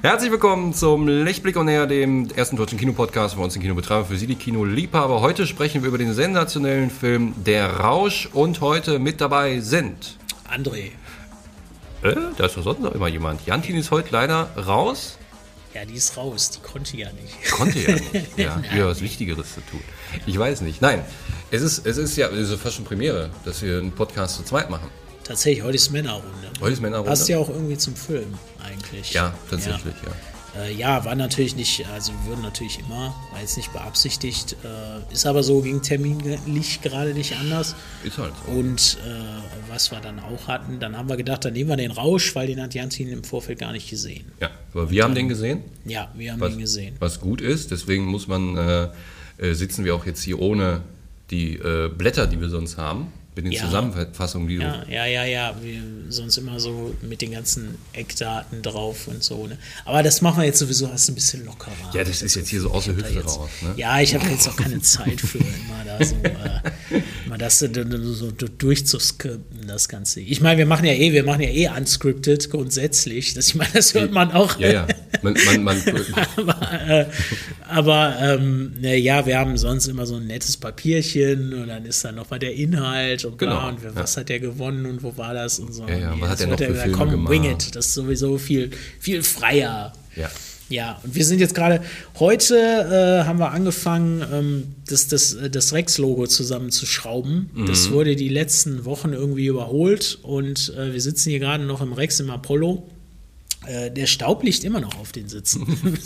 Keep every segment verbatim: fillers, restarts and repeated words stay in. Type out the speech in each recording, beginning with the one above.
Herzlich willkommen zum Lichtblick on Air, dem ersten deutschen Kinopodcast bei uns den Kinobetreiber, für Sie die Kinoliebhaber. Heute sprechen wir über den sensationellen Film Der Rausch und heute mit dabei sind André. Äh, da ist doch sonst noch immer jemand. Jantin ist heute leider raus. Ja, die ist raus, die konnte ja nicht. Konnte ja nicht, ja. Ja, was Wichtigeres zu tun. Ich weiß nicht. Nein, es ist, es ist ja es ist fast schon Premiere, dass wir einen Podcast zu zweit machen. Tatsächlich, heute ist Männerrunde. Heute ist Männerrunde. Passt ja auch irgendwie zum Film eigentlich. Ja, tatsächlich, ja. Ja, äh, ja war natürlich nicht, also wir würden natürlich immer, war jetzt nicht beabsichtigt, äh, ist aber so, ging terminlich gerade nicht anders. Ist halt so. Und äh, was wir dann auch hatten, dann haben wir gedacht, dann nehmen wir den Rausch, weil den hat Jantin im Vorfeld gar nicht gesehen. Ja, aber wir haben den gesehen. Ja, wir haben was, den gesehen. Was gut ist, deswegen muss man, äh, äh, sitzen wir auch jetzt hier ohne die äh, Blätter, die wir sonst haben. Mit den ja. Zusammenfassungen, die ja, du... Ja, ja, ja, wir sonst immer so mit den ganzen Eckdaten drauf und so. Ne? Aber das machen wir jetzt sowieso erst ein bisschen lockerer. Ja, das ist jetzt hier so aus der Hüfte raus. Ne? Ja, ich habe jetzt auch keine Zeit für immer da so, äh, mal das so, so durchzuskripten, das Ganze. Ich meine, wir machen ja eh, wir machen ja eh unscripted grundsätzlich. Das, ich meine, das hört man auch. Ja, ja. Man, man, man aber äh, aber ähm, ne, ja, wir haben sonst immer so ein nettes Papierchen und dann ist da nochmal der Inhalt und bla, genau, und was ja. hat der gewonnen und wo war das und so. Ja, ja, und was hat der noch für der, Filme komm, gemacht? Wing it, das ist sowieso viel, viel freier. Ja. Ja, und wir sind jetzt gerade, heute äh, haben wir angefangen, ähm, das, das, das Rex-Logo zusammenzuschrauben. Mhm. Das wurde die letzten Wochen irgendwie überholt und äh, wir sitzen hier gerade noch im Rex im Apollo. Äh, der Staub liegt immer noch auf den Sitzen.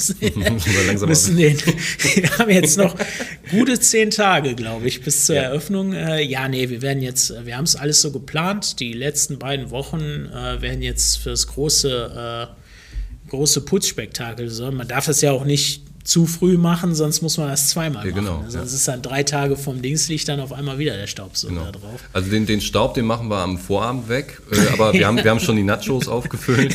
wir, müssen den, wir haben jetzt noch gute zehn Tage, glaube ich, bis zur ja. Eröffnung. Äh, ja, nee, wir werden jetzt, wir haben es alles so geplant. Die letzten beiden Wochen äh, werden jetzt für das große, äh, große Putzspektakel. So. Man darf das ja auch nicht zu früh machen, sonst muss man das zweimal ja, genau, machen. Also ja. es ist dann drei Tage vom Dings, liegt dann auf einmal wieder der Staub so genau. da drauf. Also den, den Staub, den machen wir am Vorabend weg, äh, aber wir haben, wir haben schon die Nachos aufgefüllt.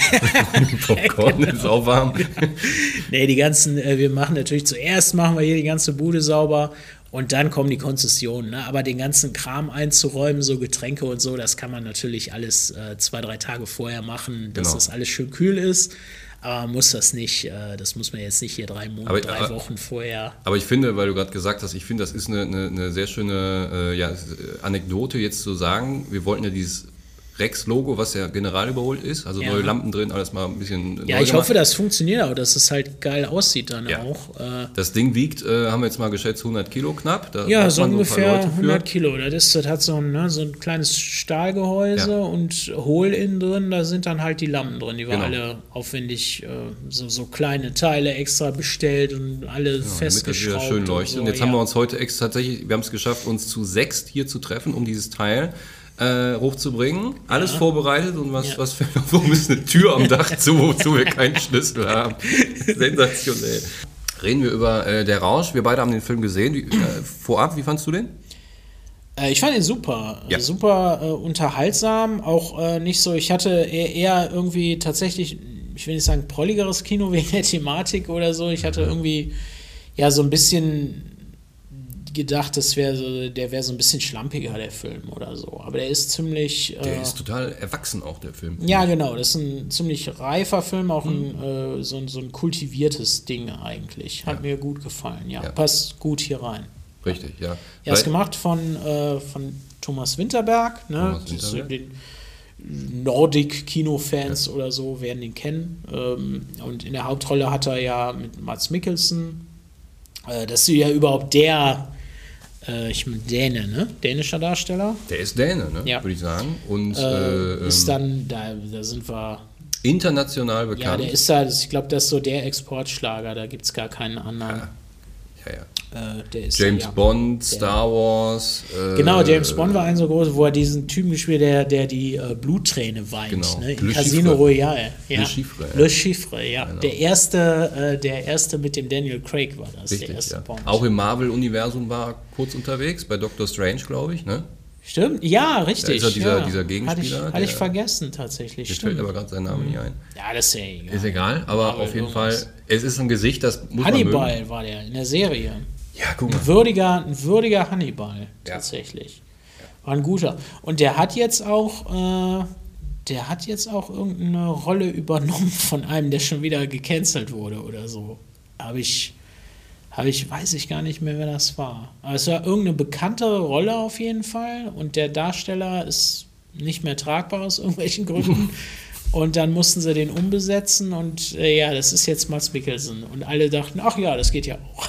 Popcorn genau. ist auch warm. Nee, die ganzen, äh, wir machen natürlich zuerst, machen wir hier die ganze Bude sauber und dann kommen die Konzessionen. Ne? Aber den ganzen Kram einzuräumen, so Getränke und so, das kann man natürlich alles äh, zwei, drei Tage vorher machen, dass genau. das alles schön kühl ist. Aber man muss das nicht, das muss man jetzt nicht hier drei Monate, aber, drei aber, Wochen vorher. Aber ich finde, weil du gerade gesagt hast, ich finde, das ist eine, eine, eine sehr schöne äh, ja, Anekdote jetzt zu sagen, wir wollten ja dieses Rex-Logo, was ja general überholt ist, also ja. neue Lampen drin, alles mal ein bisschen Ja, neu ich gemacht. hoffe, das funktioniert auch, dass es halt geil aussieht dann ja. auch. Äh das Ding wiegt, äh, haben wir jetzt mal geschätzt, hundert Kilo knapp. Da ja, so ungefähr so hundert Kilo. Das, ist, das hat so ein, ne, so ein kleines Stahlgehäuse ja. und hohl innen drin, da sind dann halt die Lampen drin. Die waren genau. alle aufwendig, äh, so, so kleine Teile extra bestellt und alle ja, festgeschraubt. Damit das wieder schön leuchtet. Und, so, und jetzt ja. haben wir uns heute extra tatsächlich, wir haben es geschafft, uns zu sechst hier zu treffen, um dieses Teil Äh, hochzubringen, alles ja. vorbereitet und was, ja. was für, warum ist eine Tür am Dach zu, wozu wir keinen Schlüssel haben. Sensationell. Reden wir über äh, Der Rausch. Wir beide haben den Film gesehen. Wie, äh, vorab, wie fandst du den? Äh, ich fand ihn super. Ja. Super äh, unterhaltsam. Auch äh, nicht so, ich hatte eher, eher irgendwie tatsächlich, ich will nicht sagen prolligeres Kino wegen der Thematik oder so. Ich hatte irgendwie ja so ein bisschen gedacht, das wäre so, der wäre so ein bisschen schlampiger, der Film oder so. Aber der ist ziemlich... Der äh, ist total erwachsen auch, der Film. Ja, genau. Das ist ein ziemlich reifer Film, auch ein, mhm. äh, so, ein, so ein kultiviertes Ding eigentlich. Hat ja. mir gut gefallen. Ja, ja, passt gut hier rein. Richtig, ja. Ja, ist gemacht von, äh, von Thomas Winterberg. Ne? Thomas Winterberg. Den Nordic-Kino-Fans ja. oder so werden ihn kennen. Ähm, und in der Hauptrolle hat er ja mit Mads Mikkelsen. Äh, das ist ja überhaupt der ich meine Däne, ne? Dänischer Darsteller. Der ist Däne, ne? Ja. Würde ich sagen. Und äh, äh, ist dann, da, da sind wir international bekannt. Ja, der ist da, ich glaube, das ist so der Exportschlager, da gibt es gar keinen anderen. Ja, ja. ja. Äh, der ist James ja, Bond, der, Star Wars. Äh, genau, James Bond war ein so groß, wo er diesen Typen gespielt, der, der die äh, Blutträne weint. Genau. Ne? In Le Casino Chiffre. Royale. Ja. Le Chiffre, ja. Le Chiffre, ja. Genau. Der erste, äh, der erste mit dem Daniel Craig war das. Richtig, der erste ja. Bond. Auch im Marvel-Universum war er kurz unterwegs, bei Doctor Strange, glaube ich, ne? Stimmt, ja, richtig. Da ist er dieser, ja. dieser Gegenspieler. Hatte ich, hatte ich vergessen, tatsächlich. Mir Stimmt. fällt aber gerade sein Name nicht ein. Ja, das ist ja egal. Ist egal, aber Marvel auf jeden irgendwas. Fall, es ist ein Gesicht, das muss Hannibal man mögen. war der in der Serie. Ja, guck mal. Ein würdiger, ein würdiger Hannibal, Ja. tatsächlich. War ein guter. Und der hat jetzt auch, äh, der hat jetzt auch irgendeine Rolle übernommen von einem, der schon wieder gecancelt wurde oder so. Habe ich, habe ich, weiß ich gar nicht mehr, wer das war. Aber es war irgendeine bekannte Rolle auf jeden Fall und der Darsteller ist nicht mehr tragbar aus irgendwelchen Gründen. Und dann mussten sie den umbesetzen und äh, ja, das ist jetzt Mads Mikkelsen. Und alle dachten, ach ja, das geht ja auch.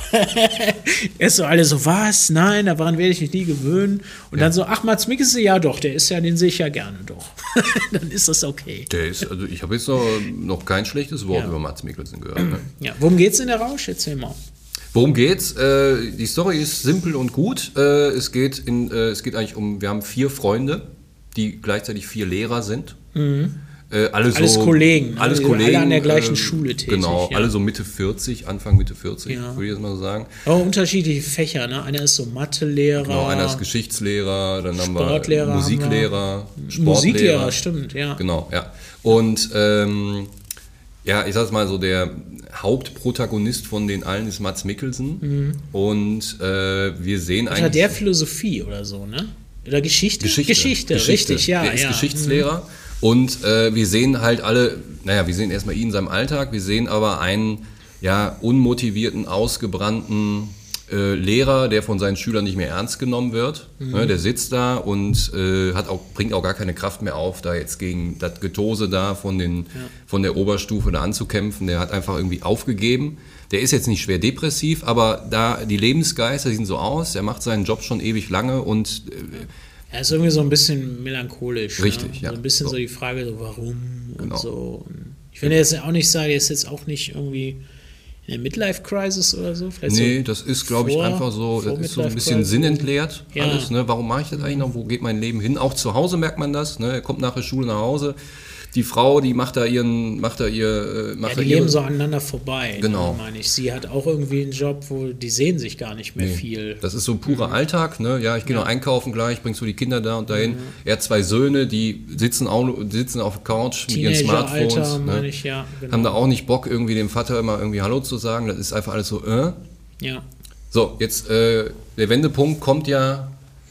Erst so alle so, was? Nein, daran werde ich mich nie gewöhnen. Und ja. dann so, ach, Mads Mikkelsen, ja doch, der ist ja, den sehe ich ja gerne doch. Dann ist das okay. Der ist, also ich habe jetzt noch, noch kein schlechtes Wort ja. über Mads Mikkelsen gehört. Ne? Ja, worum geht's in der Rausch? Erzähl mal. Worum geht's? Äh, die Story ist simpel und gut. Äh, es geht in, äh, es geht eigentlich um, wir haben vier Freunde, die gleichzeitig vier Lehrer sind. Mhm. Äh, alle alles so, Kollegen, alles ne? Kollegen, alle an der gleichen äh, Schule tätig. Genau, ja. alle so Mitte vierzig, Anfang Mitte vierzig, ja. würde ich jetzt mal so sagen. Aber unterschiedliche Fächer, ne? Einer ist so Mathelehrer. Genau, einer ist Geschichtslehrer, dann haben Sportlehrer wir Musiklehrer, haben wir. Sportlehrer. Musiklehrer, stimmt, ja. Genau, ja. Und ähm, ja, ich sag's mal so, der Hauptprotagonist von den allen ist Mads Mikkelsen. Mhm. Und äh, wir sehen das eigentlich... Hat der Philosophie oder so, ne? Oder Geschichte? Geschichte, Geschichte, Geschichte. richtig, ja. Der ist ja. Geschichtslehrer. Mhm. Und äh, wir sehen halt alle, naja, wir sehen erstmal ihn in seinem Alltag, wir sehen aber einen ja, unmotivierten, ausgebrannten äh, Lehrer, der von seinen Schülern nicht mehr ernst genommen wird. Mhm. Ne, der sitzt da und äh, hat auch, bringt auch gar keine Kraft mehr auf, da jetzt gegen das Getose da von, den, ja. von der Oberstufe da anzukämpfen. Der hat einfach irgendwie aufgegeben. Der ist jetzt nicht schwer depressiv, aber da die Lebensgeister die sehen so aus, er macht seinen Job schon ewig lange und äh, er ist irgendwie so ein bisschen melancholisch. Richtig, ne? ja. So ein bisschen so, so die Frage, so warum genau. und so. Und ich will jetzt auch nicht sagen, er ist jetzt auch nicht irgendwie in der Midlife-Crisis oder so. Vielleicht nee, so das ist, glaube ich, einfach so, das ist so ein bisschen sinnentleert ja. alles. Ne? Warum mache ich das eigentlich noch? Wo geht mein Leben hin? Auch zu Hause merkt man das. Ne? Er kommt nach der Schule nach Hause. Die Frau, die macht da ihren, macht da ihr, macht ja, da die ihre, leben so aneinander vorbei. Genau. Ne, meine ich. Sie hat auch irgendwie einen Job, wo die sehen sich gar nicht mehr nee, viel. Das ist so purer mhm. Alltag, ne? Ja, ich gehe ja. noch einkaufen gleich, bringst du die Kinder da und dahin. Mhm. Er hat zwei Söhne, die sitzen auch sitzen auf der Couch mit ihren Smartphones. Alter, ne? meine ich, ja, genau. Haben da auch nicht Bock, irgendwie dem Vater immer irgendwie Hallo zu sagen. Das ist einfach alles so, äh. Ja. So, jetzt äh, der Wendepunkt kommt ja,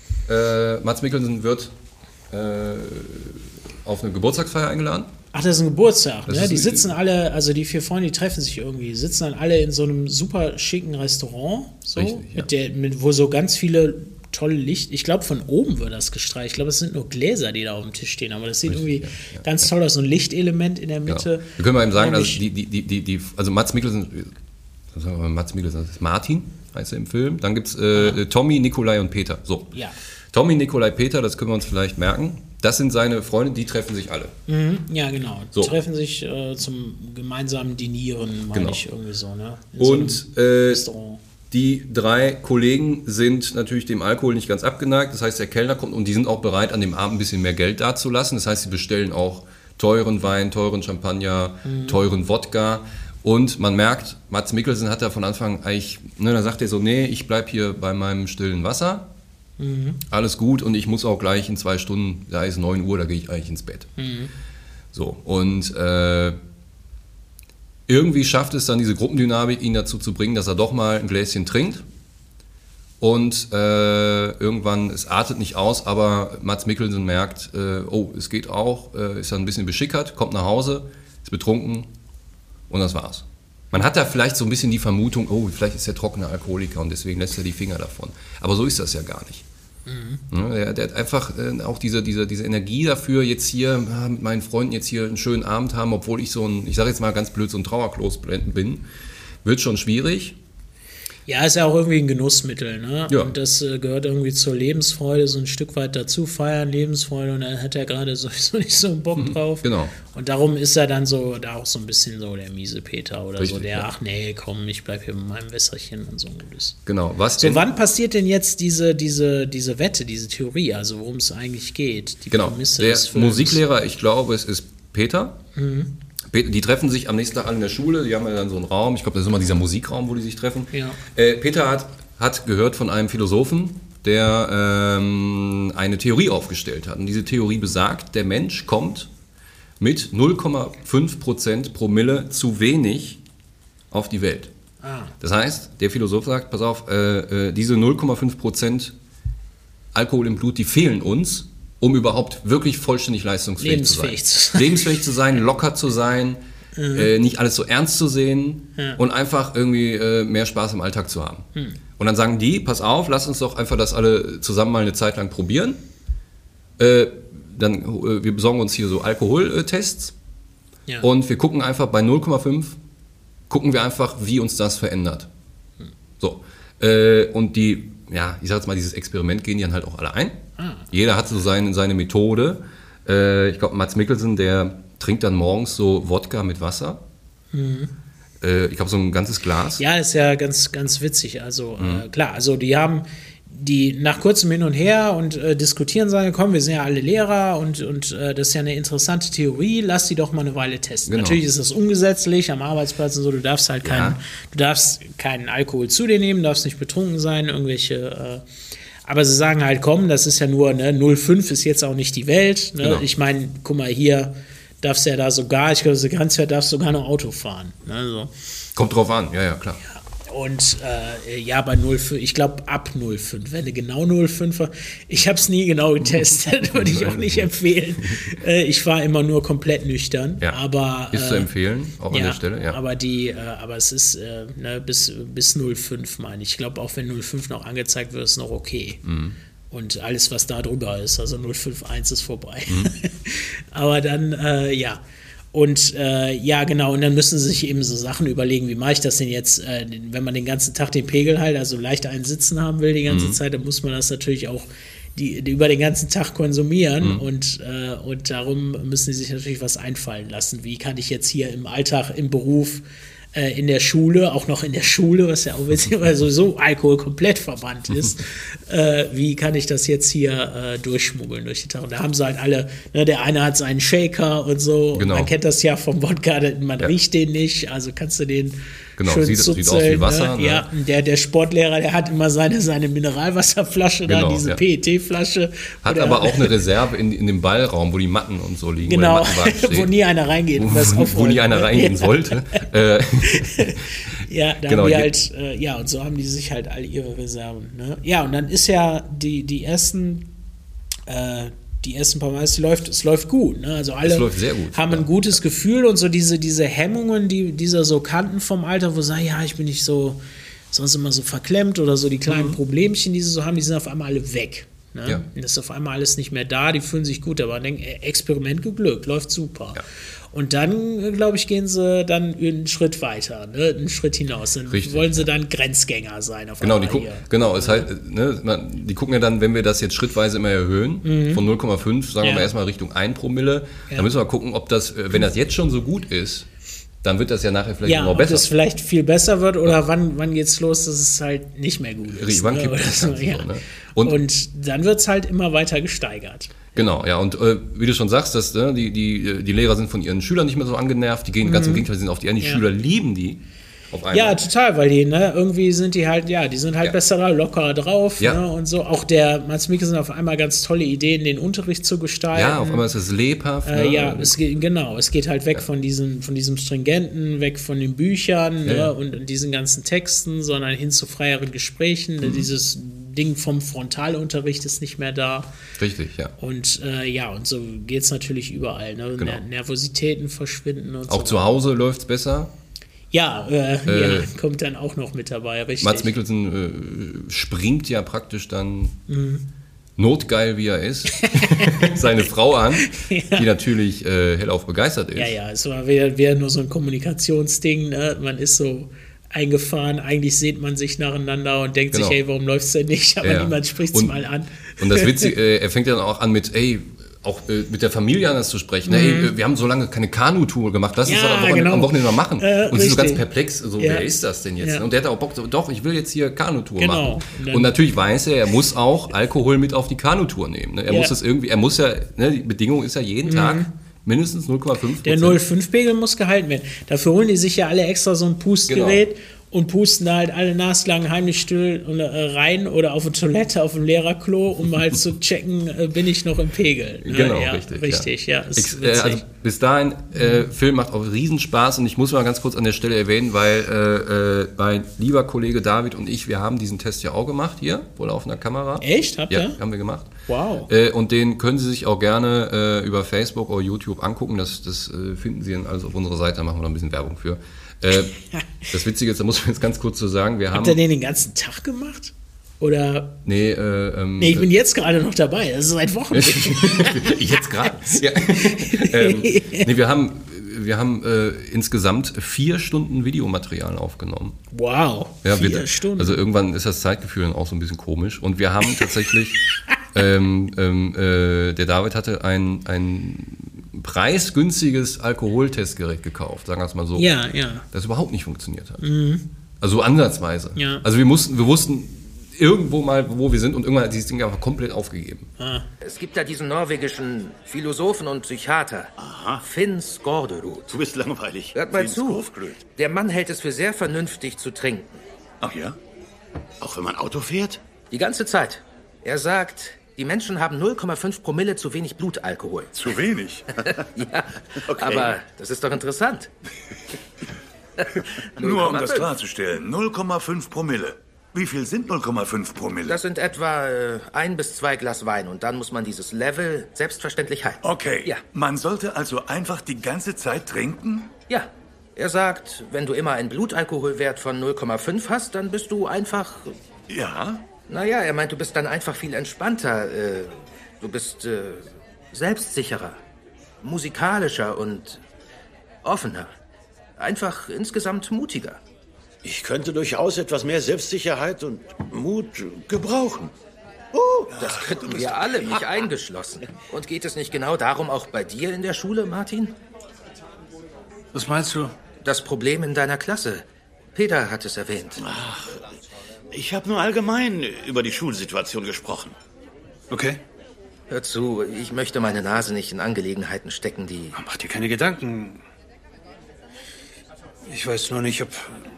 äh, Mads Mikkelsen wird äh, auf eine Geburtstagsfeier eingeladen. Ach, das ist ein Geburtstag, das ne? Die ein, sitzen alle, also die vier Freunde, die treffen sich irgendwie, sitzen dann alle in so einem super schicken Restaurant, so, richtig, ja. mit der, mit, wo so ganz viele tolle Licht, ich glaube von oben wird das gestrahlt, ich glaube es sind nur Gläser, die da auf dem Tisch stehen, aber das sieht richtig, irgendwie ja, ja, ganz toll aus, so ein Lichtelement in der Mitte. Genau. Wir können mal eben sagen, also, die, die, die, die, die, also Mads Mikkelsen, was sagen wir, Mads Mikkelsen, das ist Martin, heißt er im Film, dann gibt es äh, Tommy, Nikolai und Peter, so. Ja. Tommy, Nikolai, Peter, das können wir uns vielleicht merken. Das sind seine Freunde, die treffen sich alle. Mhm, ja, genau. So. Die treffen sich äh, zum gemeinsamen Dinieren, meine genau. ich, irgendwie so, ne? In und so äh, die drei Kollegen sind natürlich dem Alkohol nicht ganz abgeneigt. Das heißt, der Kellner kommt und die sind auch bereit, an dem Abend ein bisschen mehr Geld dazulassen. Das heißt, sie bestellen auch teuren Wein, teuren Champagner, mhm. teuren Wodka. Und man merkt, Mads Mikkelsen hat da von Anfang eigentlich, ne, da sagt er so, nee, ich bleib hier bei meinem stillen Wasser. Mhm. Alles gut und ich muss auch gleich in zwei Stunden, da ist neun Uhr, da gehe ich eigentlich ins Bett. Mhm. So, und äh, irgendwie schafft es dann diese Gruppendynamik, ihn dazu zu bringen, dass er doch mal ein Gläschen trinkt. Und äh, irgendwann, es artet nicht aus, aber Mads Mikkelsen merkt, äh, oh, es geht auch, äh, ist dann ein bisschen beschickert, kommt nach Hause, ist betrunken und das war's. Man hat da vielleicht so ein bisschen die Vermutung, oh, vielleicht ist er trockener Alkoholiker und deswegen lässt er die Finger davon. Aber so ist das ja gar nicht. Mhm. Ja, der, der hat einfach äh, auch diese, diese, diese Energie dafür, jetzt hier ja, mit meinen Freunden jetzt hier einen schönen Abend haben, obwohl ich so ein, ich sage jetzt mal ganz blöd, so ein Trauerklos bin, wird schon schwierig. Ja, ist ja auch irgendwie ein Genussmittel, ne? Ja. Und das äh, gehört irgendwie zur Lebensfreude so ein Stück weit dazu, feiern, Lebensfreude, und dann hat er gerade sowieso nicht so einen Bock drauf. Genau. Und darum ist er dann so, da auch so ein bisschen so der miese Peter oder Richtig, so, der, ja. ach nee, komm, ich bleib hier mit meinem Wässerchen und so ein Gutes. Genau. Was so, wann passiert denn jetzt diese, diese, diese Wette, diese Theorie, also worum es eigentlich geht? Die genau, Prämisse der des Films. Musiklehrer, ich glaube, es ist Peter. Mhm. Die treffen sich am nächsten Tag alle in der Schule, die haben ja dann so einen Raum, ich glaube, das ist immer dieser Musikraum, wo die sich treffen. Ja. Äh, Peter hat, hat gehört von einem Philosophen, der ähm, eine Theorie aufgestellt hat. Und diese Theorie besagt, der Mensch kommt mit null Komma fünf Prozent Promille zu wenig auf die Welt. Ah. Das heißt, der Philosoph sagt, pass auf, äh, äh, diese null Komma fünf Prozent Alkohol im Blut, die fehlen uns. um überhaupt wirklich vollständig leistungsfähig Lebensfähig zu sein. Lebensfähig zu sein, locker zu sein, mhm. äh, nicht alles so ernst zu sehen ja. und einfach irgendwie äh, mehr Spaß im Alltag zu haben. Mhm. Und dann sagen die, pass auf, lass uns doch einfach das alle zusammen mal eine Zeit lang probieren. Äh, dann, äh, wir besorgen uns hier so Alkoholtests ja. und wir gucken einfach bei null Komma fünf, gucken wir einfach, wie uns das verändert. Mhm. So. Äh, und die, ja, ich sag jetzt mal, dieses Experiment gehen die dann halt auch alle ein. Ah. Jeder hat so seine, seine Methode. Äh, ich glaube, Mads Mikkelsen, der trinkt dann morgens so Wodka mit Wasser. Mhm. Äh, ich glaube, so ein ganzes Glas. Ja, ist ja ganz, ganz witzig. Also mhm. äh, klar, also die haben die nach kurzem Hin und Her und äh, diskutieren sagen, komm, wir sind ja alle Lehrer und, und äh, das ist ja eine interessante Theorie, lass die doch mal eine Weile testen. Genau. Natürlich ist das ungesetzlich am Arbeitsplatz und so, du darfst halt keinen, ja. du darfst keinen Alkohol zu dir nehmen, darfst nicht betrunken sein, irgendwelche, äh, aber sie sagen halt, komm, das ist ja nur, ne, null Komma fünf ist jetzt auch nicht die Welt, ne? Genau. Ich meine, guck mal, hier darfst du ja da sogar, ich glaube, das Grenzwert darfst du sogar noch Auto fahren. Ne? So. Kommt drauf an, ja, ja, klar. Ja. Und äh, ja, bei null Komma fünf, ich glaube ab null Komma fünf, wenn du genau null Komma fünf, ich habe es nie genau getestet, würde ich auch nicht empfehlen. Äh, ich war immer nur komplett nüchtern. Ja. Aber, ist äh, zu empfehlen, auch ja, an der Stelle. Ja. Aber, die, äh, aber es ist äh, ne, bis, bis null Komma fünf, meine ich. Ich glaube, auch wenn null Komma fünf noch angezeigt wird, ist noch okay. Mhm. Und alles, was da drüber ist, also null Komma fünf eins ist vorbei. Mhm. Aber dann, äh, ja. Und äh, ja, genau, und dann müssen sie sich eben so Sachen überlegen, wie mache ich das denn jetzt, äh, wenn man den ganzen Tag den Pegel halt, also leicht einen Sitzen haben will die ganze mhm. Zeit, dann muss man das natürlich auch die, die über den ganzen Tag konsumieren mhm. und, äh, und darum müssen sie sich natürlich was einfallen lassen. Wie kann ich jetzt hier im Alltag, im Beruf, äh, in der Schule, auch noch in der Schule, was ja auch witzig, weil sowieso Alkohol komplett verbannt ist, äh, wie kann ich das jetzt hier äh, durchschmuggeln durch die Tag? Und da haben sie halt alle, ne, der eine hat seinen Shaker und so, genau. Und man kennt das ja vom Wodka, man ja. riecht den nicht, also kannst du den genau, schön sieht, zuzeln, sieht aus wie Wasser. Ne? Ne? Ja, der, der Sportlehrer, der hat immer seine, seine Mineralwasserflasche, genau, da, diese ja. P E T-Flasche. Hat aber auch eine Reserve in, in dem Ballraum, wo die Matten und so liegen. Genau, wo nie einer reingeht. Das wo, wo nie einer reingehen sollte. Ja, da genau, haben die halt, äh, ja, und so haben die sich halt all ihre Reserven. Ne? Ja, und dann ist ja die, die ersten, äh, die ersten paar Mal, es läuft, es läuft gut. Ne? Also alle läuft sehr gut, haben ja. ein gutes Gefühl und so diese, diese Hemmungen, die dieser so kannten vom Alter, wo sie sagen, ja, ich bin nicht so, sonst immer so verklemmt oder so die kleinen mhm. Problemchen, die sie so haben, die sind auf einmal alle weg. Ne? Ja. Und ist auf einmal alles nicht mehr da, die fühlen sich gut, aber man denkt, Experiment geglückt, läuft super. Ja. Und dann, glaube ich, gehen sie dann einen Schritt weiter, ne? einen Schritt hinaus. Dann Richtig, wollen sie dann Grenzgänger sein. Auf genau, die gucken, genau, es heißt, ne, man, die gucken ja dann, wenn wir das jetzt schrittweise immer erhöhen, mhm. von null Komma fünf, sagen ja. wir mal erstmal Richtung ein Promille, ja. dann müssen wir gucken, ob das, wenn das jetzt schon so gut ist, dann wird das ja nachher vielleicht ja, noch besser. Ja, ob das vielleicht viel besser wird oder ja. wann, wann geht es los, dass es halt nicht mehr gut ist. Wann ne? gibt es das ja. so, ne? Und, und dann wird es halt immer weiter gesteigert. Genau, ja, und äh, wie du schon sagst, dass, äh, die, die, die Lehrer sind von ihren Schülern nicht mehr so angenervt, die gehen mhm. ganz im Gegenteil, die sind auf die an, die ja. Schüler lieben die auf einmal. Ja, total, weil die, ne, irgendwie sind die halt, ja, die sind halt ja. besser, lockerer drauf, ja. ne, und so. Auch der Mads Mikkelsen auf einmal ganz tolle Ideen, den Unterricht zu gestalten. Ja, auf einmal ist es lebhaft. Äh, ne? Ja, es geht, genau, es geht halt weg ja. von, diesem, von diesem Stringenten, weg von den Büchern ja. ne, und, und diesen ganzen Texten, sondern hin zu freieren Gesprächen, mhm. dieses Ding vom Frontalunterricht ist nicht mehr da. Richtig, ja. Und äh, ja, und so geht es natürlich überall. Ne? Genau. Nervositäten verschwinden und auch so. Auch zu Hause läuft es besser. Ja, äh, äh, ja, kommt dann auch noch mit dabei, richtig. Mads Mikkelsen äh, springt ja praktisch dann mhm. notgeil, wie er ist, seine Frau an, ja. die natürlich äh, hellauf begeistert ist. Ja, ja, es war wieder, wieder nur so ein Kommunikationsding. Ne? Man ist so eingefahren, eigentlich sehnt man sich nacheinander und denkt genau. sich, hey, warum läuft es denn nicht? Aber ja. niemand spricht es mal an. Und das Witzige, äh, er fängt ja dann auch an mit, ey, auch äh, mit der Familie anders zu sprechen. Mhm. Ey, wir haben so lange keine Kanu-Tour gemacht, lass uns ja, das am Wochenende, genau. am Wochenende mal machen. Äh, und sie ist so ganz perplex, so, ja. wer ist das denn jetzt? Ja. Und der hat auch Bock, so, doch, ich will jetzt hier Kanu-Tour genau. machen. Und, und natürlich weiß er, er muss auch Alkohol mit auf die Kanu-Tour nehmen. Ne? Er ja. muss das irgendwie, er muss ja, ne, die Bedingung ist ja jeden mhm. Tag mindestens null Komma fünf Prozent. Der null Komma fünf Pegel muss gehalten werden. Dafür holen die sich ja alle extra so ein Pustgerät. Genau. und pusten da halt alle naslang heimlich still und, äh, rein oder auf eine Toilette, auf dem Lehrerklo, um halt zu checken, äh, bin ich noch im Pegel. Ne? Genau, ja, richtig. Richtig, ja. ja ich, äh, also bis dahin, äh, Film macht auch Riesenspaß und ich muss mal ganz kurz an der Stelle erwähnen, weil äh, äh, mein lieber Kollege David und ich, wir haben diesen Test ja auch gemacht hier, vor laufender Kamera. Echt? Habt ihr? Ja, haben wir gemacht. Wow. Äh, und den können Sie sich auch gerne äh, über Facebook oder YouTube angucken. Das, das äh, finden Sie dann alles auf unserer Seite, da machen wir noch ein bisschen Werbung für. Äh, das Witzige ist, da muss man jetzt ganz kurz so sagen, wir haben... Habt ihr den den ganzen Tag gemacht? Oder? Nee, äh, ähm, nee, ich bin jetzt gerade noch dabei, das ist seit Wochen. Jetzt gerade? Ja. ähm, nee, wir haben, wir haben äh, insgesamt vier Stunden Videomaterial aufgenommen. Wow, ja, vier wir, Stunden. Also irgendwann ist das Zeitgefühl dann auch so ein bisschen komisch. Und wir haben tatsächlich, ähm, ähm, äh, der David hatte ein, ein preisgünstiges Alkoholtestgerät gekauft, sagen wir es mal so. Ja, ja. Das überhaupt nicht funktioniert hat. Mhm. Also ansatzweise. Ja. Also wir mussten, wir wussten irgendwo mal, wo wir sind und irgendwann hat dieses Ding einfach komplett aufgegeben. Ah. Es gibt da diesen norwegischen Philosophen und Psychiater. Aha. Finn Skårderud. Du bist langweilig. Hört mal Finn zu. Skårderud. Der Mann hält es für sehr vernünftig zu trinken. Ach ja? Auch wenn man Auto fährt? Die ganze Zeit. Er sagt, die Menschen haben null Komma fünf Promille zu wenig Blutalkohol. Zu wenig? Ja, Okay. aber das ist doch interessant. Nur um das null Komma fünf. klarzustellen, null Komma fünf Promille. Wie viel sind null Komma fünf Promille? Das sind etwa äh, ein bis zwei Glas Wein und dann muss man dieses Level selbstverständlich halten. Okay, Ja. man sollte also einfach die ganze Zeit trinken? Ja. Er sagt, wenn du immer einen Blutalkoholwert von null Komma fünf hast, dann bist du einfach... Ja. Naja, er meint, du bist dann einfach viel entspannter. Äh, du bist äh, selbstsicherer, musikalischer und offener. Einfach insgesamt mutiger. Ich könnte durchaus etwas mehr Selbstsicherheit und Mut gebrauchen. Oh, das könnten wir alle, mich eingeschlossen. Und geht es nicht genau darum auch bei dir in der Schule, Martin? Was meinst du? Das Problem in deiner Klasse. Peter hat es erwähnt. Ich habe nur allgemein über die Schulsituation gesprochen. Okay. Hör zu, ich möchte meine Nase nicht in Angelegenheiten stecken, die... Mach dir keine Gedanken. Ich weiß nur nicht, ob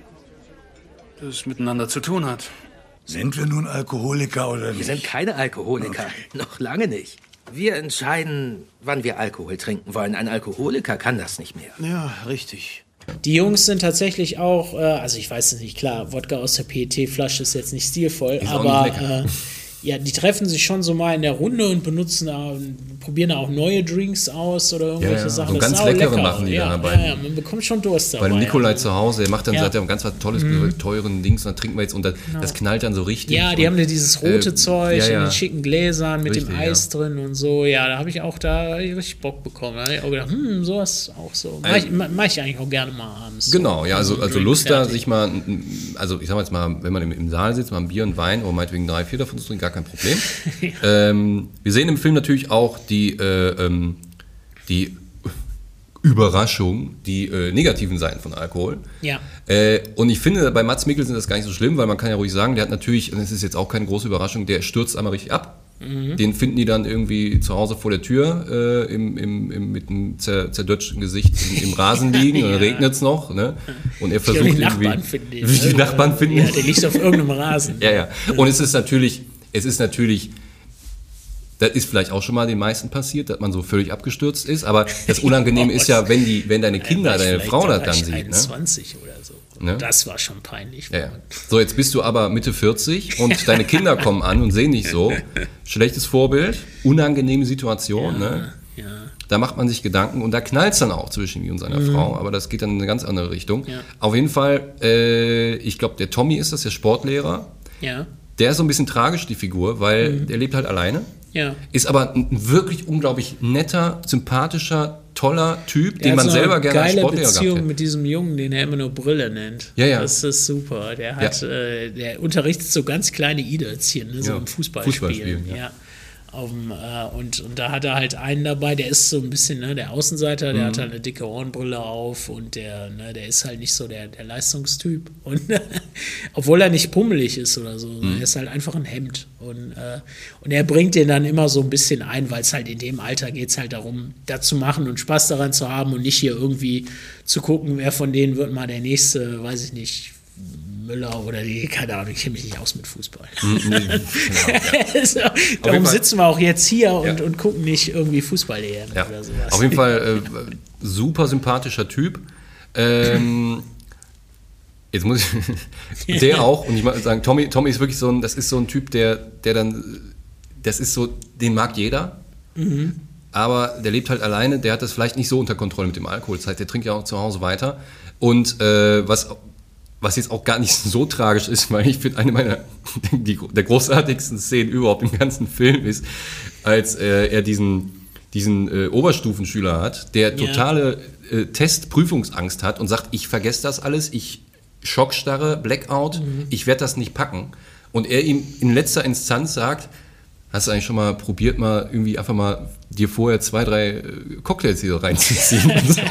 das miteinander zu tun hat. Sind wir nun Alkoholiker oder nicht? Wir sind keine Alkoholiker. Noch lange nicht. Wir entscheiden, wann wir Alkohol trinken wollen. Ein Alkoholiker kann das nicht mehr. Ja, richtig. Die Jungs sind tatsächlich auch, äh, also ich weiß es nicht, klar, Wodka aus der P E T-Flasche ist jetzt nicht stilvoll, Ist auch aber nicht lecker. äh, ja, die treffen sich schon so mal in der Runde und benutzen da, probieren da auch neue Drinks aus oder irgendwelche Ja, ja. Sachen. So Das ist ganz auch leckere lecker. machen die ja, da bei- ja, ja, man bekommt schon Durst dabei. Bei dem Nikolai ja. zu Hause, der macht dann, Ja. sagt er, ganz was Tolles, mhm. teuren Dings, und dann trinken wir jetzt und das, das knallt dann so richtig. Ja, die und, haben ja dieses rote äh, Zeug ja, ja. in den schicken Gläsern mit Richtig, dem Eis drin und so. Ja, da habe ich auch da richtig Bock bekommen. Da habe ich auch gedacht, hm, sowas auch so. Mach ich, mach ich eigentlich auch gerne mal abends. Genau, ja, also, So also Drink Lust da, fertig. sich mal, also ich sag mal jetzt mal, wenn man im, im Saal sitzt, mal ein Bier und Wein, oder meinetwegen drei, vier davon zu trinken, gar kein Problem. ähm, wir sehen im Film natürlich auch die, äh, ähm, die Überraschung, die äh, negativen Seiten von Alkohol. Ja. Äh, und ich finde, bei Mads Mikkelsen ist das gar nicht so schlimm, weil man kann ja ruhig sagen, der hat natürlich, und es ist jetzt auch keine große Überraschung, der stürzt einmal richtig ab. Mhm. Den finden die dann irgendwie zu Hause vor der Tür äh, im, im, im, mit einem zer, zerdötschten Gesicht im, im Rasen liegen, und dann Ja. regnet es noch. Ne? Und er Die, versucht die irgendwie... Nachbarn finden ihn. Die ne? Nachbarn finden Ja, ihn. der liegt auf irgendeinem Rasen. Ja, ja. Und es ist natürlich, es ist natürlich, das ist vielleicht auch schon mal den meisten passiert, dass man so völlig abgestürzt ist, aber das Unangenehme ist ja, wenn die, wenn deine Kinder, Da war ich deine vielleicht- Frau da das war dann ich sieht. Ne? einundzwanzig oder so. Ne? Das war schon peinlich. Ja, ja. So, jetzt bist du aber Mitte vierzig und deine Kinder kommen an und sehen dich so. Schlechtes Vorbild, unangenehme Situation. Ne? Ja. Da macht man sich Gedanken und da knallt es dann auch zwischen ihm und seiner Frau, aber das geht dann in eine ganz andere Richtung. Ja. Auf jeden Fall, äh, ich glaube, der Tommy ist das, der Sportlehrer. Ja. Der ist so ein bisschen tragisch, die Figur, weil der lebt halt alleine. Ja. Ist aber ein wirklich unglaublich netter, sympathischer, toller Typ, Der den hat man so eine selber gerne als geile Sportlehrer gehabt Beziehung hätte. mit diesem Jungen, den er immer nur Brille nennt. Ja, ja. Das ist super. Der hat, Ja. äh, der unterrichtet so ganz kleine Idolchen, ne? so Ja. im Fußballspielen. Fußballspielen, ja. ja. Auf dem, äh, und, und da hat er halt einen dabei, der ist so ein bisschen ne, der Außenseiter, der Mhm. hat halt eine dicke Hornbrille auf und der, ne, der ist halt nicht so der, der Leistungstyp. Und obwohl er nicht pummelig ist oder so, Mhm. er ist halt einfach ein Hemd. Und, äh, und er bringt den dann immer so ein bisschen ein, weil es halt in dem Alter geht es halt darum, das zu machen und Spaß daran zu haben und nicht hier irgendwie zu gucken, wer von denen wird mal der nächste, weiß ich nicht, Müller oder die, keine Ahnung, ich kenne mich nicht aus mit Fußball. Mhm, nee, genau, so, darum sitzen wir auch jetzt hier und, ja. und gucken nicht irgendwie Fußball-E M ja. oder sowas. Auf jeden Fall äh, super sympathischer Typ. Ähm, jetzt muss ich, der auch, und ich mal sagen, Tommy, Tommy ist wirklich so ein, das ist so ein Typ, der, der dann, das ist so, den mag jeder, mhm. aber der lebt halt alleine, der hat das vielleicht nicht so unter Kontrolle mit dem Alkohol, das heißt, der trinkt ja auch zu Hause weiter und äh, was Was jetzt auch gar nicht so tragisch ist, weil ich finde, eine meiner die, der großartigsten Szenen überhaupt im ganzen Film ist, als äh, er diesen, diesen äh, Oberstufenschüler hat, der totale äh, Testprüfungsangst hat und sagt, ich vergesse das alles, ich Schockstarre, Blackout, mhm. ich werde das nicht packen. Und er ihm in letzter Instanz sagt, hast du eigentlich schon mal probiert, mal irgendwie einfach mal dir vorher zwei, drei Cocktails hier reinzuziehen? Und so,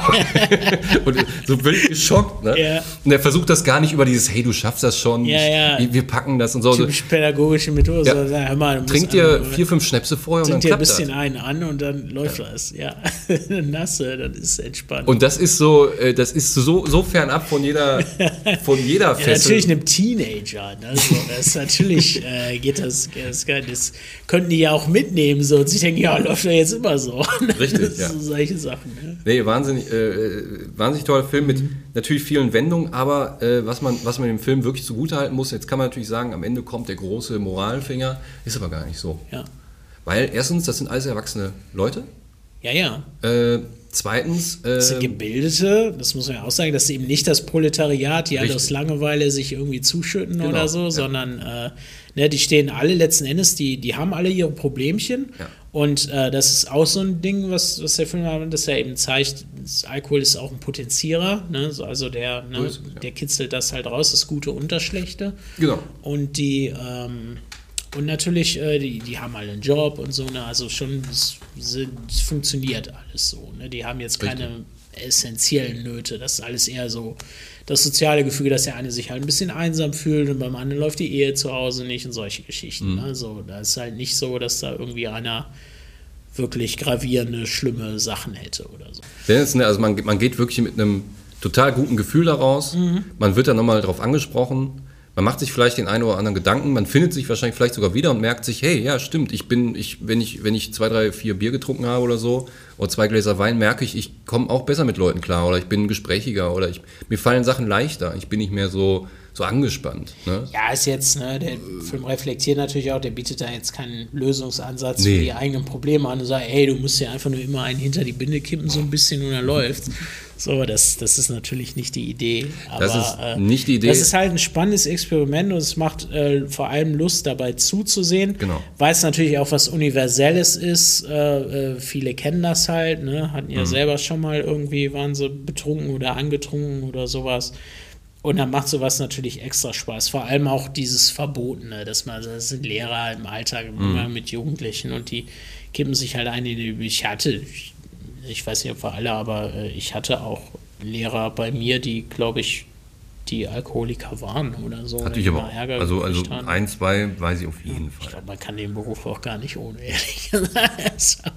und so völlig geschockt. Ne? Ja. Und er versucht das gar nicht über dieses, hey, du schaffst das schon, ja, ja. Ich, wir packen das und so. Typisch pädagogische Methode. Ja. So, hör mal, trink dir vier, fünf Schnäpse vorher und dann klappt das. Trink dir ein bisschen einen an und dann läuft ja. das. Ja, Nasse, dann ist es entspannt. Und das ist so, das ist so, so fernab von jeder, von jeder ja, Fessel. Natürlich einem Teenager. Ne? So, das ist natürlich äh, geht das, das, das könnten die ja auch mitnehmen so, und sich denken, ja, läuft ja jetzt immer so. Richtig, ja. So solche Sachen. Ne? Nee, wahnsinnig, äh, wahnsinnig toller Film mit mhm. natürlich vielen Wendungen, aber äh, was, man, was man dem Film wirklich zugutehalten muss, jetzt kann man natürlich sagen, am Ende kommt der große Moralfinger, ist aber gar nicht so. Ja. Weil erstens, das sind alles erwachsene Leute. Ja, ja. Äh, zweitens... Äh, das sind Gebildete, das muss man ja auch sagen, dass eben nicht das Proletariat, die alle aus Langeweile sich irgendwie zuschütten genau, oder so, ja. sondern äh, ne, die stehen alle letzten Endes, die, die haben alle ihre Problemchen. Ja. Und äh, das ist auch so ein Ding, was, was der Film hat, dass er eben zeigt, das Alkohol ist auch ein Potenzierer, ne? Also der, ne, ist, ja. der kitzelt das halt raus, das Gute und das Schlechte. Genau. Und die, ähm, und natürlich, äh, die, die haben alle einen Job und so, ne? Also schon, es, es funktioniert alles so, ne? Die haben jetzt keine Richtig. essentiellen Nöte, das ist alles eher so das soziale Gefüge, dass der eine sich halt ein bisschen einsam fühlt und beim anderen läuft die Ehe zu Hause nicht und solche Geschichten. Mhm. Also da ist halt nicht so, dass da irgendwie einer wirklich gravierende, schlimme Sachen hätte oder so. Also man, man geht wirklich mit einem total guten Gefühl daraus, mhm. man wird dann nochmal drauf angesprochen, man macht sich vielleicht den einen oder anderen Gedanken, man findet sich wahrscheinlich vielleicht sogar wieder und merkt sich, hey, ja, stimmt, ich bin, ich, wenn ich, wenn ich zwei, drei, vier Bier getrunken habe oder so, oder zwei Gläser Wein, merke ich, ich komme auch besser mit Leuten klar, oder ich bin gesprächiger, oder ich, mir fallen Sachen leichter, ich bin nicht mehr so, so angespannt. Ne? Ja, ist jetzt, ne, der Film reflektiert natürlich auch, der bietet da jetzt keinen Lösungsansatz nee. für die eigenen Probleme an und sagt, ey, du musst ja einfach nur immer einen hinter die Binde kippen, so ein bisschen und dann läuft's. So, das, das ist natürlich nicht die Idee. Aber, das ist äh, nicht die Idee. Das ist halt ein spannendes Experiment und es macht äh, vor allem Lust, dabei zuzusehen, genau. weil es natürlich auch was Universelles ist. Äh, äh, viele kennen das halt, ne? Hatten ja mhm. selber schon mal irgendwie, waren sie betrunken oder angetrunken oder sowas. Und dann macht sowas natürlich extra Spaß. Vor allem auch dieses Verbotene, dass man, das sind Lehrer im Alltag immer mhm. mit Jugendlichen und die kippen sich halt ein. Ich hatte, ich, ich weiß nicht, ob wir alle, aber ich hatte auch Lehrer bei mir, die, glaube ich, die Alkoholiker waren oder so. Hatte ich aber auch. Also, also ein, zwei weiß ich auf jeden Fall. Ich glaube, man kann den Beruf auch gar nicht ohne, ehrlich gesagt.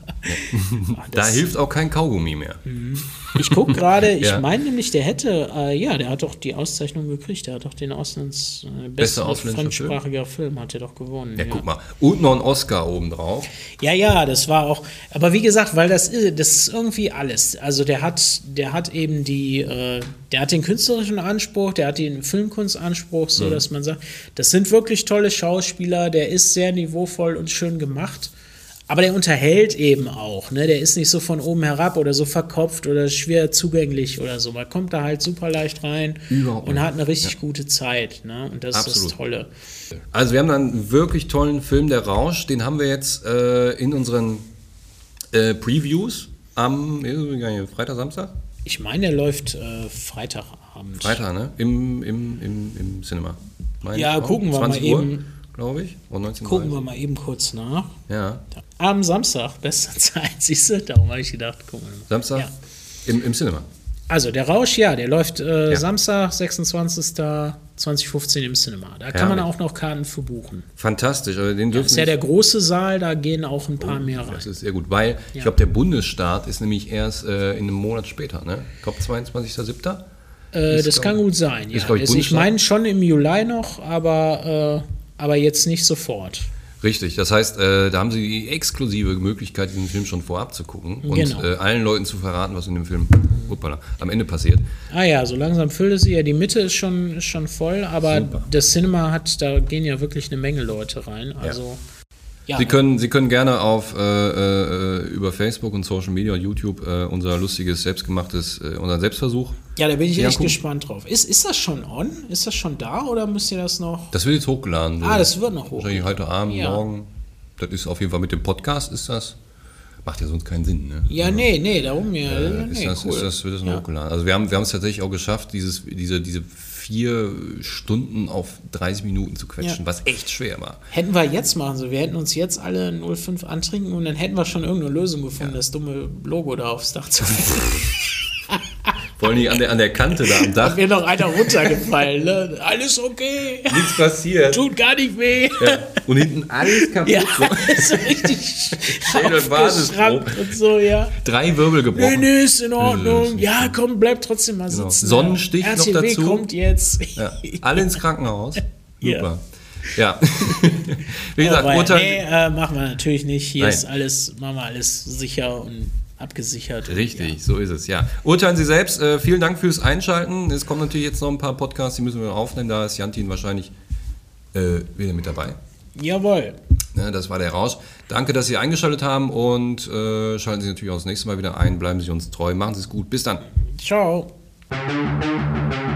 Da hilft auch kein Kaugummi mehr. Ich gucke gerade, ich ja. meine nämlich, der hätte, äh, ja, der hat doch die Auszeichnung gekriegt, der hat doch den Auslands, äh, beste fremdsprachiger Film? Film hat er doch gewonnen. Ja, ja, guck mal. Und noch ein Oscar obendrauf. Ja, ja, das war auch, aber wie gesagt, weil das ist, das ist irgendwie alles. Also der hat, der hat eben die, äh, der hat den künstlerischen Anspruch, der hat den Filmkunstanspruch, so mhm. dass man sagt, das sind wirklich tolle Schauspieler, der ist sehr niveauvoll und schön gemacht. Aber der unterhält eben auch, ne? Der ist nicht so von oben herab oder so verkopft oder schwer zugänglich oder so. Man kommt da halt super leicht rein Überhaupt und hat eine richtig ja. gute Zeit, ne? Und das Absolut. ist das Tolle. Also wir haben dann einen wirklich tollen Film, Der Rausch, den haben wir jetzt äh, in unseren äh, Previews am äh, Freitag, Samstag? Ich meine, der läuft äh, Freitagabend. Freitag, ne? Im, im, im, im Cinema. Meine ja, Frau. gucken wir mal Uhr, eben. Glaube ich. Und neunzehn Gucken wir mal eben kurz nach. Ja. Am Samstag, beste Zeit, siehst du? Darum habe ich gedacht, gucken wir mal. Samstag ja. im, im Cinema. Also der Rausch, ja, der läuft äh, ja. Samstag, sechsundzwanzigster zwanzig fünfzehn im Cinema. Da kann ja, man auch noch Karten für buchen. Fantastisch. Also den ja, das ist ja der große Saal, da gehen auch ein paar oh, mehr rein. Das ist sehr gut, weil ja. ich glaube, der Bundesstart ist nämlich erst äh, in einem Monat später. Ne? Ich glaube, zweiundzwanzigster siebter Äh, das glaub, kann gut sein, ja. Ist, ich, ich meine schon im Juli noch, aber, äh, aber jetzt nicht sofort. Richtig, das heißt, äh, da haben sie die exklusive Möglichkeit, diesen Film schon vorab zu gucken und Genau. äh, allen Leuten zu verraten, was in dem Film hoppala, am Ende passiert. Ah ja, so langsam füllt es sich ja. Die Mitte ist schon, ist schon voll, aber Super. das Cinema hat, da gehen ja wirklich eine Menge Leute rein. Also, ja. Sie können, Sie können gerne auf äh, äh, über Facebook und Social Media und YouTube äh, unser lustiges, selbstgemachtes, äh, unseren Selbstversuch. Ja, da bin ich Ja, echt guck. gespannt drauf. Ist, ist das schon on? Ist das schon da oder müsst ihr das noch? Das wird jetzt hochgeladen. So. Ah, das wird noch Wahrscheinlich hochgeladen. heute Abend, Ja. morgen. Das ist auf jeden Fall mit dem Podcast, ist das. Macht ja sonst keinen Sinn, ne? Ja, nee, nee, darum ja. Äh, nee, ist das, cool. ist das, wird das noch Ja. hochgeladen. Also wir haben, wir haben es tatsächlich auch geschafft, dieses, diese, diese vier Stunden auf dreißig Minuten zu quetschen, Ja. was echt schwer war. Hätten wir jetzt machen so, wir hätten uns jetzt alle null fünf antrinken und dann hätten wir schon irgendeine Lösung gefunden, das dumme Logo da aufs Dach zu Vor allem an der, an der Kante da am Da Dach. wäre noch einer runtergefallen, ne? Alles okay, Nichts passiert. tut gar nicht weh. Ja. Und hinten alles kaputt. Ja, So. so richtig Schädel- aufgeschrammt und so, ja. Drei Wirbel Nee, gebrochen. nee, ist in Ordnung. Nee, Ja, komm, bleib trotzdem mal Genau. sitzen. Sonnenstich R noch T W dazu. kommt jetzt. Ja. Alle ins Krankenhaus. Ja. Super. Ja. Wie gesagt, Aber, Urteil. nee, äh, machen wir natürlich nicht. Hier Nein. ist alles, machen wir alles sicher und abgesichert. Richtig, Und, so ist es, ja. Urteilen Sie selbst. Äh, vielen Dank fürs Einschalten. Es kommen natürlich jetzt noch ein paar Podcasts, die müssen wir noch aufnehmen. Da ist Jantin wahrscheinlich äh, wieder mit dabei. ja. Jawohl. Ne, das war der Rausch. Danke, dass Sie eingeschaltet haben und äh, schalten Sie natürlich auch das nächste Mal wieder ein. Bleiben Sie uns treu. Machen Sie es gut. Bis dann. Ciao.